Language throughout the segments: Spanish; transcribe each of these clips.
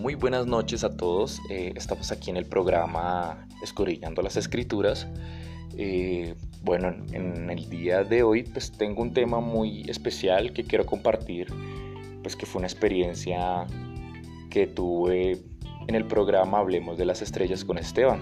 Muy buenas noches a todos. Estamos aquí en el programa Escudriñando las Escrituras. En el día de hoy pues tengo un tema muy especial que quiero compartir, pues que fue una experiencia que tuve en el programa Hablemos de las Estrellas con Esteban.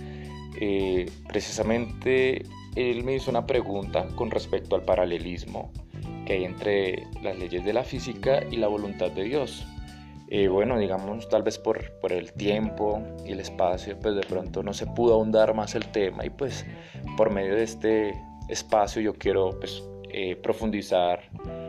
Precisamente él me hizo una pregunta con respecto al paralelismo que hay entre las leyes de la física y la voluntad de Dios. Digamos, tal vez por el tiempo y el espacio, pues de pronto no se pudo ahondar más el tema, y pues por medio de este espacio yo quiero profundizar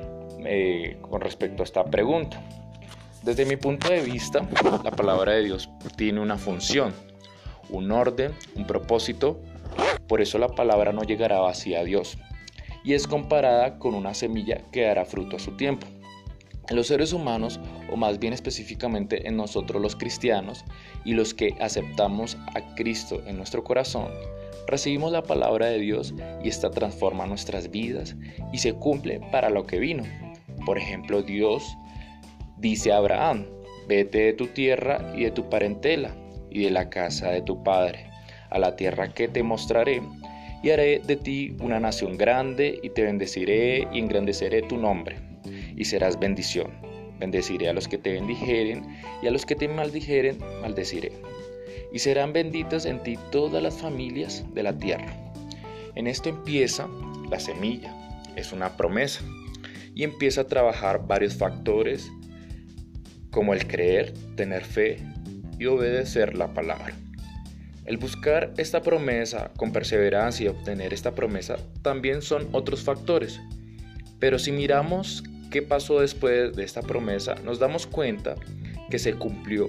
con respecto a esta pregunta. Desde mi punto de vista, la palabra de Dios tiene una función, un orden, un propósito. Por eso la palabra no llegará vacía a Dios, y es comparada con una semilla que dará fruto a su tiempo. En los seres humanos, o más bien específicamente en nosotros los cristianos y los que aceptamos a Cristo en nuestro corazón, recibimos la palabra de Dios y esta transforma nuestras vidas y se cumple para lo que vino. Por ejemplo, Dios dice a Abraham: vete de tu tierra y de tu parentela y de la casa de tu padre, a la tierra que te mostraré, y haré de ti una nación grande, y te bendeciré y engrandeceré tu nombre, y serás bendición. Bendeciré a los que te bendijeren, y a los que te maldijeren maldeciré. Y serán benditas en ti todas las familias de la tierra. En esto empieza la semilla, es una promesa, y empieza a trabajar varios factores como el creer, tener fe y obedecer la palabra. El buscar esta promesa con perseverancia y obtener esta promesa también son otros factores. Pero si miramos qué pasó después de esta promesa, nos damos cuenta que se cumplió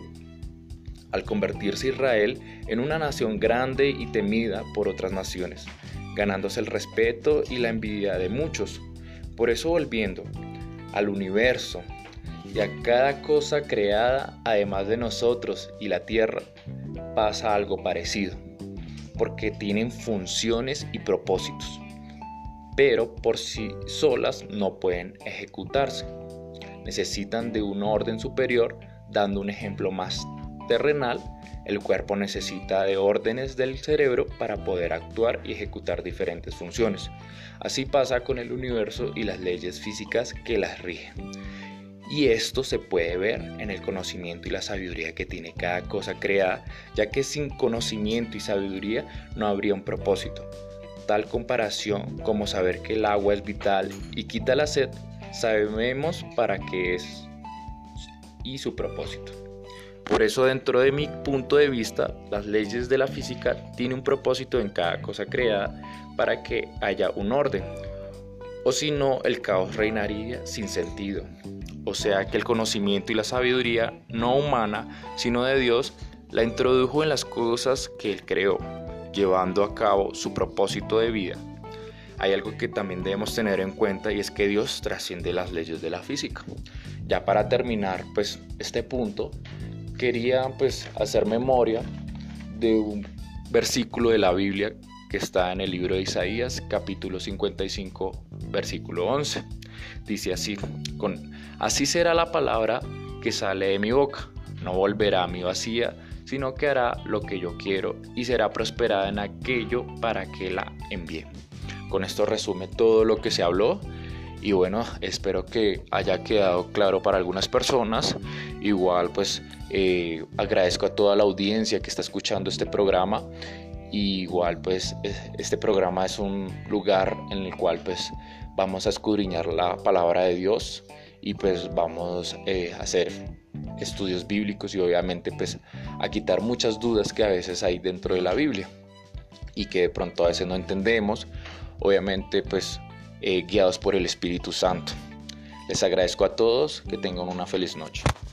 al convertirse Israel en una nación grande y temida por otras naciones, ganándose el respeto y la envidia de muchos. Por eso, volviendo al universo y a cada cosa creada, además de nosotros y la tierra, pasa algo parecido, porque tienen funciones y propósitos, pero por sí solas no pueden ejecutarse. Necesitan de un orden superior. Dando un ejemplo más terrenal, el cuerpo necesita de órdenes del cerebro para poder actuar y ejecutar diferentes funciones. Así pasa con el universo y las leyes físicas que las rigen. Y esto se puede ver en el conocimiento y la sabiduría que tiene cada cosa creada, ya que sin conocimiento y sabiduría no habría un propósito. Tal comparación como saber que el agua es vital y quita la sed, sabemos para qué es y su propósito. Por eso, dentro de mi punto de vista, las leyes de la física tienen un propósito en cada cosa creada para que haya un orden, o si no, el caos reinaría sin sentido. O sea que el conocimiento y la sabiduría, no humana, sino de Dios, la introdujo en las cosas que Él creó, llevando a cabo su propósito de vida. Hay algo que también debemos tener en cuenta, y es que Dios trasciende las leyes de la física. Ya para terminar este punto, quería hacer memoria de un versículo de la Biblia que está en el libro de Isaías, capítulo 55, versículo 11. Dice así: así será la palabra que sale de mi boca, no volverá a mí vacía, sino que hará lo que yo quiero y será prosperada en aquello para que la envíe. Con esto resume todo lo que se habló, y espero que haya quedado claro para algunas personas. Igual agradezco a toda la audiencia que está escuchando este programa. Igual este programa es un lugar en el cual vamos a escudriñar la palabra de Dios, y vamos a hacer estudios bíblicos, y obviamente a quitar muchas dudas que a veces hay dentro de la Biblia y que de pronto a veces no entendemos, obviamente guiados por el Espíritu Santo. Les agradezco a todos, que tengan una feliz noche.